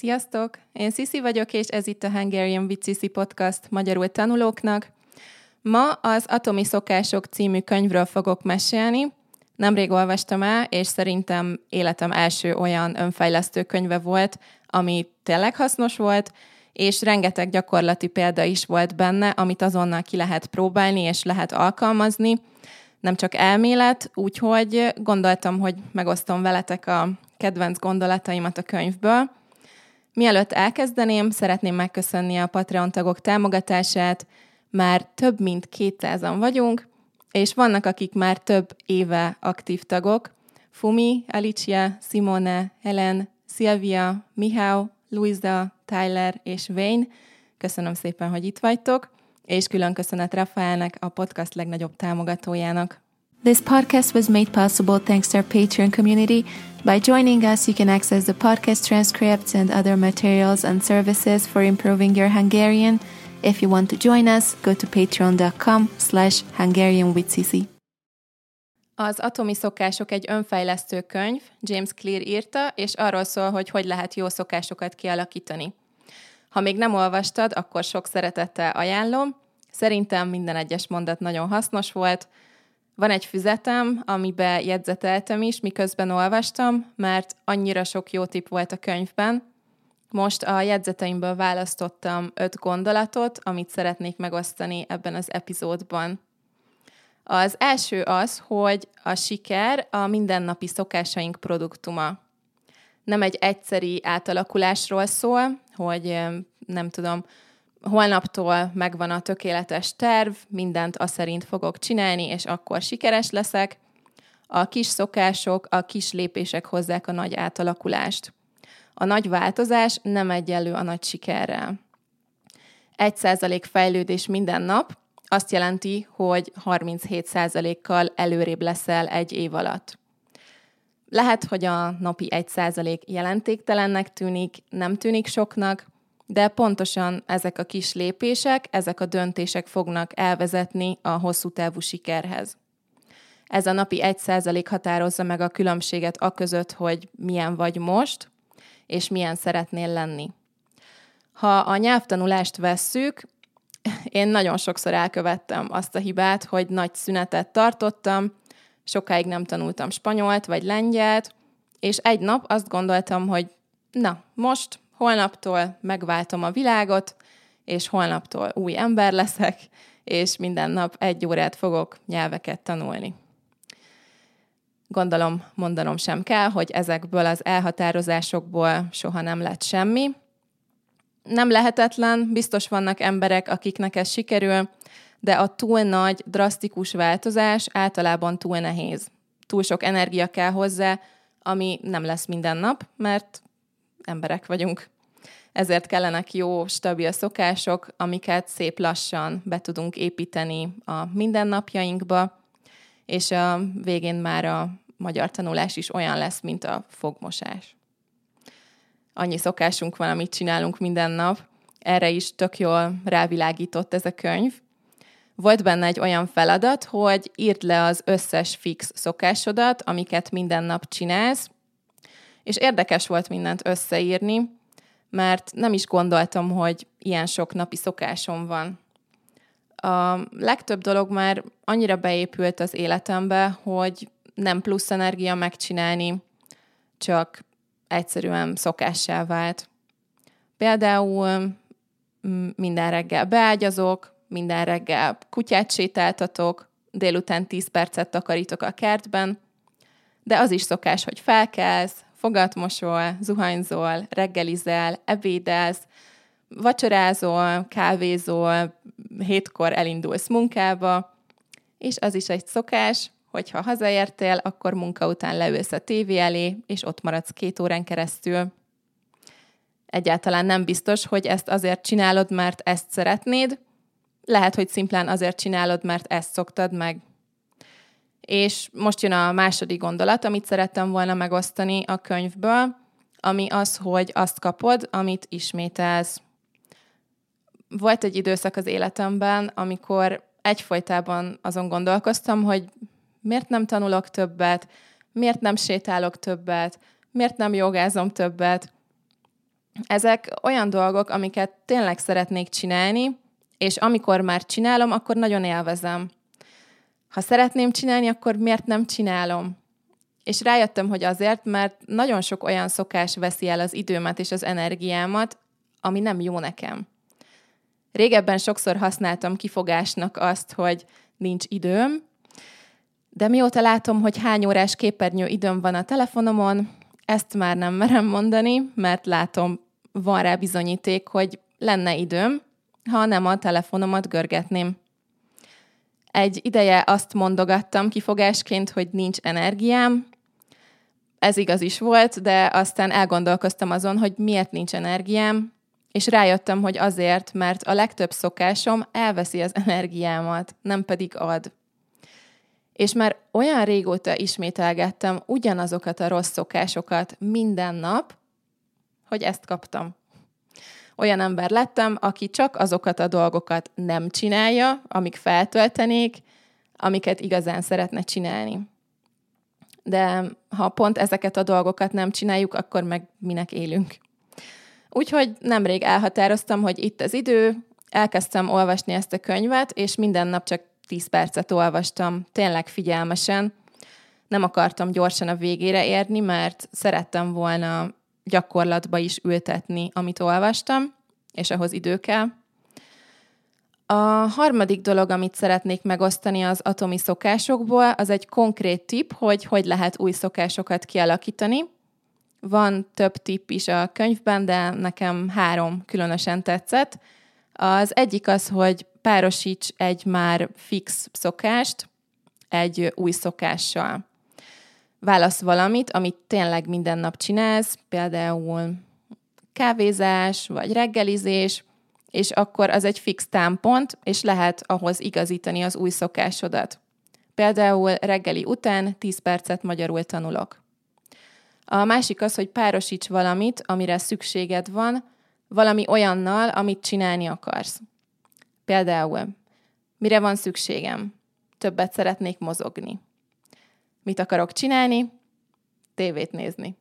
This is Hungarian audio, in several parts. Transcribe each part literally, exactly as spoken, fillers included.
Sziasztok! Én Sziszi vagyok, és ez itt a Hungarian with Sissi podcast magyarul tanulóknak. Ma az Atomi szokások című könyvről fogok mesélni. Nemrég olvastam el, és szerintem életem első olyan önfejlesztő könyve volt, ami tényleg hasznos volt, és rengeteg gyakorlati példa is volt benne, amit azonnal ki lehet próbálni, és lehet alkalmazni. Nem csak elmélet, úgyhogy gondoltam, hogy megosztom veletek a kedvenc gondolataimat a könyvből. Mielőtt elkezdeném, szeretném megköszönni a Patreon tagok támogatását. Már több mint kétszázan vagyunk, és vannak, akik már több éve aktív tagok. Fumi, Alicia, Simone, Helen, Szilvia, Mihály, Luisa, Tyler és Wayne. Köszönöm szépen, hogy itt vagytok, és külön köszönet Rafaelnek, a podcast legnagyobb támogatójának. This podcast was made possible thanks to our Patreon community. By joining us, you can access the podcast transcripts and other materials and services for improving your Hungarian. If you want to join us, go to patreon.com slash Hungarian with Sissi. Az Atomi szokások egy önfejlesztő könyv, James Clear írta, és arról szól, hogy hogy lehet jó szokásokat kialakítani. Ha még nem olvastad, akkor sok szeretettel ajánlom. Szerintem minden egyes mondat nagyon hasznos volt. Van egy füzetem, amiben jegyzeteltem is, miközben olvastam, mert annyira sok jó tipp volt a könyvben. Most a jegyzeteimből választottam öt gondolatot, amit szeretnék megosztani ebben az epizódban. Az első az, hogy a siker a mindennapi szokásaink produktuma. Nem egy egyszeri átalakulásról szól, hogy nem tudom, holnaptól megvan a tökéletes terv, mindent azt szerint fogok csinálni, és akkor sikeres leszek. A kis szokások, a kis lépések hozzák a nagy átalakulást. A nagy változás nem egyenlő a nagy sikerrel. Egy százalék fejlődés minden nap azt jelenti, hogy harminchét százalékkal előrébb leszel egy év alatt. Lehet, hogy a napi egy százalék jelentéktelennek tűnik, nem tűnik soknak, de pontosan ezek a kis lépések, ezek a döntések fognak elvezetni a hosszú távú sikerhez. Ez a napi egy százalék határozza meg a különbséget aközött, hogy milyen vagy most, és milyen szeretnél lenni. Ha a nyelvtanulást vesszük, én nagyon sokszor elkövettem azt a hibát, hogy nagy szünetet tartottam, sokáig nem tanultam spanyolt vagy lengyelt, és egy nap azt gondoltam, hogy na, most, holnaptól megváltom a világot, és holnaptól új ember leszek, és minden nap egy órát fogok nyelveket tanulni. Gondolom, mondanom sem kell, hogy ezekből az elhatározásokból soha nem lett semmi. Nem lehetetlen, biztos vannak emberek, akiknek ez sikerül, de a túl nagy, drasztikus változás általában túl nehéz. Túl sok energia kell hozzá, ami nem lesz minden nap, mert emberek vagyunk. Ezért kellenek jó, stabil szokások, amiket szép lassan be tudunk építeni a mindennapjainkba, és a végén már a magyar tanulás is olyan lesz, mint a fogmosás. Annyi szokásunk van, amit csinálunk minden nap. Erre is tök jól rávilágított ez a könyv. Volt benne egy olyan feladat, hogy írd le az összes fix szokásodat, amiket minden nap csinálsz, és érdekes volt mindent összeírni, mert nem is gondoltam, hogy ilyen sok napi szokásom van. A legtöbb dolog már annyira beépült az életembe, hogy nem plusz energia megcsinálni, csak egyszerűen szokássá vált. Például minden reggel beágyazok, minden reggel kutyát sétáltatok, délután tíz percet takarítok a kertben, de az is szokás, hogy felkelsz, fogat mosol, zuhanyzol, reggelizel, ebédelsz, vacsorázol, kávézol, hétkor elindulsz munkába, és az is egy szokás, hogyha hazaértél, akkor munka után leülsz a tévé elé, és ott maradsz két órán keresztül. Egyáltalán nem biztos, hogy ezt azért csinálod, mert ezt szeretnéd, lehet, hogy szimplán azért csinálod, mert ezt szoktad meg. És most jön a második gondolat, amit szerettem volna megosztani a könyvből, ami az, hogy azt kapod, amit ismételsz. Volt egy időszak az életemben, amikor egyfolytában azon gondolkoztam, hogy miért nem tanulok többet, miért nem sétálok többet, miért nem jogázom többet. Ezek olyan dolgok, amiket tényleg szeretnék csinálni, és amikor már csinálom, akkor nagyon élvezem. Ha szeretném csinálni, akkor miért nem csinálom? És rájöttem, hogy azért, mert nagyon sok olyan szokás veszi el az időmet és az energiámat, ami nem jó nekem. Régebben sokszor használtam kifogásnak azt, hogy nincs időm, de mióta látom, hogy hány órás képernyő időm van a telefonomon, ezt már nem merem mondani, mert látom, van rá bizonyíték, hogy lenne időm, ha nem a telefonomat görgetném. Egy ideje azt mondogattam kifogásként, hogy nincs energiám. Ez igaz is volt, de aztán elgondolkoztam azon, hogy miért nincs energiám, és rájöttem, hogy azért, mert a legtöbb szokásom elveszi az energiámat, nem pedig ad. És már olyan régóta ismételgettem ugyanazokat a rossz szokásokat minden nap, hogy ezt kaptam. Olyan ember lettem, aki csak azokat a dolgokat nem csinálja, amik feltöltenék, amiket igazán szeretne csinálni. De ha pont ezeket a dolgokat nem csináljuk, akkor meg minek élünk. Úgyhogy nemrég elhatároztam, hogy itt az idő, elkezdtem olvasni ezt a könyvet, és minden nap csak tíz percet olvastam, tényleg figyelmesen. Nem akartam gyorsan a végére érni, mert szerettem volna gyakorlatba is ültetni, amit olvastam, és ahhoz idő kell. A harmadik dolog, amit szeretnék megosztani az atomi szokásokból, az egy konkrét tipp, hogy hogy lehet új szokásokat kialakítani. Van több tipp is a könyvben, de nekem három különösen tetszett. Az egyik az, hogy párosíts egy már fix szokást egy új szokással. Válasz valamit, amit tényleg minden nap csinálsz, például kávézás vagy reggelizés, és akkor az egy fix támpont, és lehet ahhoz igazítani az új szokásodat. Például reggeli után tíz percet magyarul tanulok. A másik az, hogy párosíts valamit, amire szükséged van, valami olyannal, amit csinálni akarsz. Például, mire van szükségem? Többet szeretnék mozogni. Mit akarok csinálni? Tévét nézni.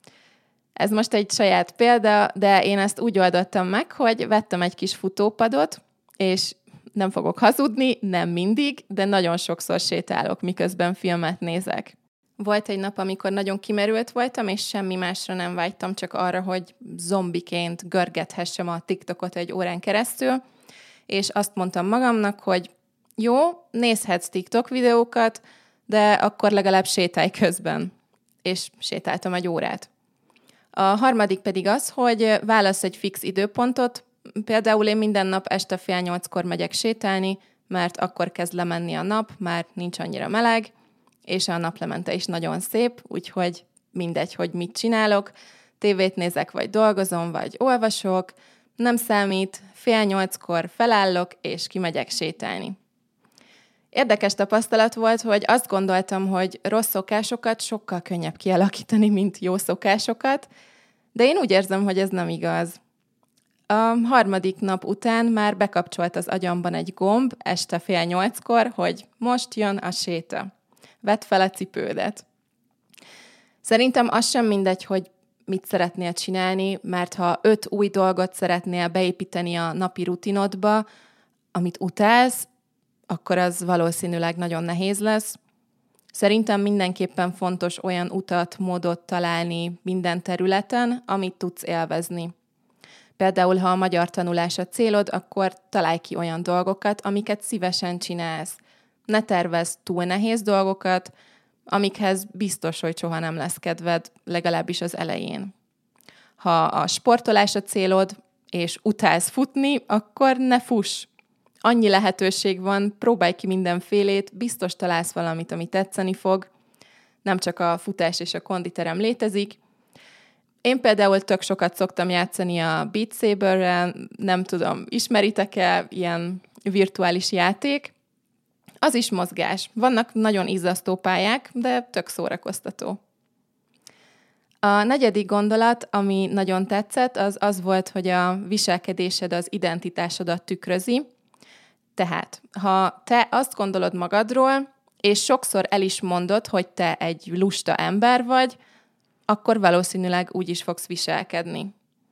Ez most egy saját példa, de én ezt úgy oldottam meg, hogy vettem egy kis futópadot, és nem fogok hazudni, nem mindig, de nagyon sokszor sétálok, miközben filmet nézek. Volt egy nap, amikor nagyon kimerült voltam, és semmi másra nem vágytam, csak arra, hogy zombiként görgethessem a TikTokot egy órán keresztül, és azt mondtam magamnak, hogy jó, nézhetsz TikTok videókat, de akkor legalább sétálj közben. És sétáltam egy órát. A harmadik pedig az, hogy válasz egy fix időpontot. Például én minden nap este fél nyolckor megyek sétálni, mert akkor kezd lemenni a nap, már nincs annyira meleg, és a naplemente is nagyon szép, úgyhogy mindegy, hogy mit csinálok. Tévét nézek, vagy dolgozom, vagy olvasok. Nem számít, fél nyolckor felállok, és kimegyek sétálni. Érdekes tapasztalat volt, hogy azt gondoltam, hogy rossz szokásokat sokkal könnyebb kialakítani, mint jó szokásokat, de én úgy érzem, hogy ez nem igaz. A harmadik nap után már bekapcsolt az agyamban egy gomb este fél nyolckor, hogy most jön a séta. Vedd fel a cipődet. Szerintem az sem mindegy, hogy mit szeretnél csinálni, mert ha öt új dolgot szeretnél beépíteni a napi rutinodba, amit utálsz, akkor az valószínűleg nagyon nehéz lesz. Szerintem mindenképpen fontos olyan utat, módot találni minden területen, amit tudsz élvezni. Például, ha a magyar tanulás a célod, akkor találj ki olyan dolgokat, amiket szívesen csinálsz. Ne tervezz túl nehéz dolgokat, amikhez biztos, hogy soha nem lesz kedved, legalábbis az elején. Ha a sportolás a célod, és utálsz futni, akkor ne fuss. Annyi lehetőség van, próbálj ki mindenfélét, biztos találsz valamit, ami tetszeni fog. Nem csak a futás és a konditerem létezik. Én például tök sokat szoktam játszani a Beat Saberrel, nem tudom, ismeritek-e, ilyen virtuális játék. Az is mozgás. Vannak nagyon izzasztó pályák, de tök szórakoztató. A negyedik gondolat, ami nagyon tetszett, az az volt, hogy a viselkedésed az identitásodat tükrözi. Tehát, ha te azt gondolod magadról, és sokszor el is mondod, hogy te egy lusta ember vagy, akkor valószínűleg úgy is fogsz viselkedni.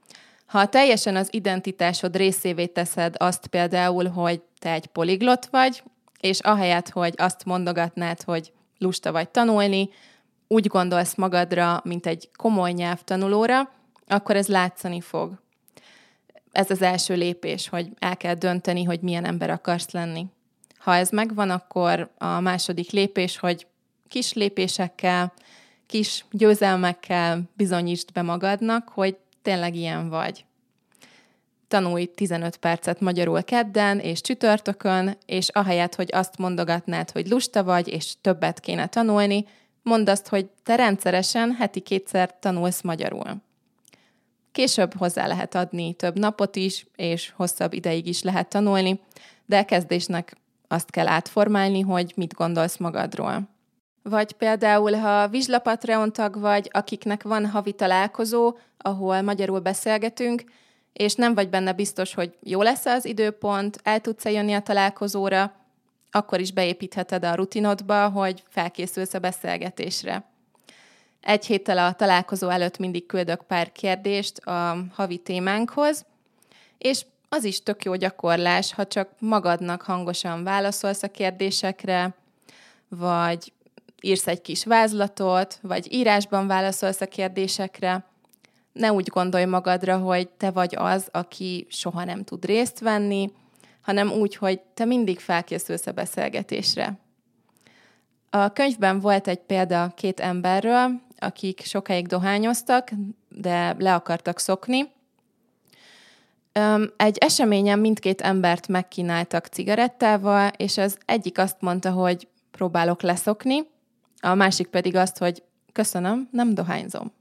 Ha teljesen az identitásod részévé teszed azt például, hogy te egy poliglott vagy, és ahelyett, hogy azt mondogatnád, hogy lusta vagy tanulni, úgy gondolsz magadra, mint egy komoly nyelvtanulóra, akkor ez látszani fog. Ez az első lépés, hogy el kell dönteni, hogy milyen ember akarsz lenni. Ha ez megvan, akkor a második lépés, hogy kis lépésekkel, kis győzelmekkel bizonyítsd be magadnak, hogy tényleg ilyen vagy. Tanulj tizenöt percet magyarul kedden és csütörtökön, és ahelyett, hogy azt mondogatnád, hogy lusta vagy, és többet kéne tanulni, mondd azt, hogy te rendszeresen heti kétszer tanulsz magyarul. Később hozzá lehet adni több napot is, és hosszabb ideig is lehet tanulni, de kezdésnek azt kell átformálni, hogy mit gondolsz magadról. Vagy például, ha Vizsla Patreon tag vagy, akiknek van havi találkozó, ahol magyarul beszélgetünk, és nem vagy benne biztos, hogy jó lesz az időpont, el tudsz-e jönni a találkozóra, akkor is beépítheted a rutinodba, hogy felkészülsz a beszélgetésre. Egy héttel a találkozó előtt mindig küldök pár kérdést a havi témánkhoz, és az is tök jó gyakorlás, ha csak magadnak hangosan válaszolsz a kérdésekre, vagy írsz egy kis vázlatot, vagy írásban válaszolsz a kérdésekre. Ne úgy gondolj magadra, hogy te vagy az, aki soha nem tud részt venni, hanem úgy, hogy te mindig felkészülsz a beszélgetésre. A könyvben volt egy példa két emberről, akik sokáig dohányoztak, de le akartak szokni. Egy eseményen mindkét embert megkínáltak cigarettával, és az egyik azt mondta, hogy próbálok leszokni, a másik pedig azt, hogy köszönöm, nem dohányzom.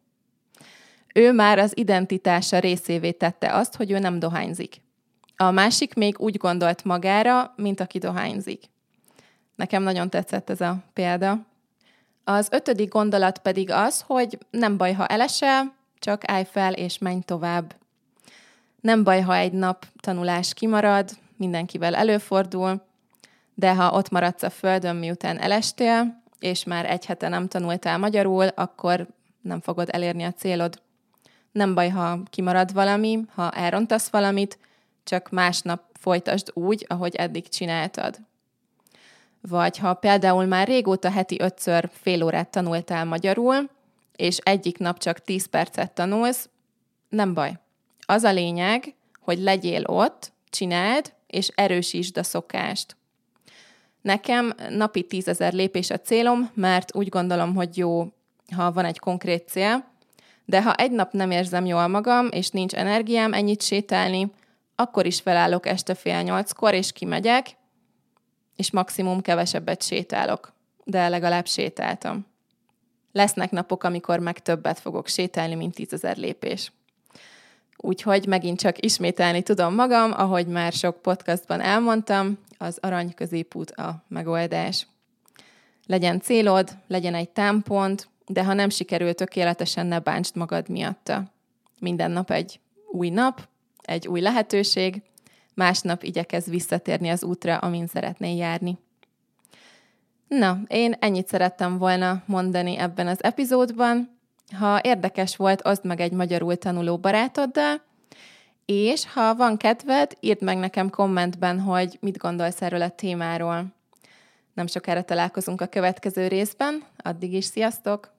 Ő már az identitása részévé tette azt, hogy ő nem dohányzik. A másik még úgy gondolt magára, mint aki dohányzik. Nekem nagyon tetszett ez a példa. Az ötödik gondolat pedig az, hogy nem baj, ha elesel, csak állj fel és menj tovább. Nem baj, ha egy nap tanulás kimarad, mindenkivel előfordul, de ha ott maradsz a földön, miután elestél, és már egy hete nem tanultál magyarul, akkor nem fogod elérni a célod. Nem baj, ha kimarad valami, ha elrontasz valamit, csak másnap folytasd úgy, ahogy eddig csináltad. Vagy ha például már régóta heti ötször fél órát tanultál magyarul, és egyik nap csak tíz percet tanulsz, nem baj. Az a lényeg, hogy legyél ott, csináld, és erősítsd a szokást. Nekem napi tízezer lépés a célom, mert úgy gondolom, hogy jó, ha van egy konkrét cél, de ha egy nap nem érzem jól magam, és nincs energiám ennyit sétálni, akkor is felállok este fél nyolckor, és kimegyek, és maximum kevesebbet sétálok, de legalább sétáltam. Lesznek napok, amikor meg többet fogok sétálni, mint tízezer lépés. Úgyhogy megint csak ismételni tudom magam, ahogy már sok podcastban elmondtam, az arany középút a megoldás. Legyen célod, legyen egy támpont, de ha nem sikerül tökéletesen, ne bántsd magad miatta. Minden nap egy új nap, egy új lehetőség, másnap igyekezz visszatérni az útra, amin szeretnél járni. Na, én ennyit szerettem volna mondani ebben az epizódban. Ha érdekes volt, oszd meg egy magyarul tanuló barátoddal, és ha van kedved, írd meg nekem kommentben, hogy mit gondolsz erről a témáról. Nem sokára találkozunk a következő részben, addig is sziasztok!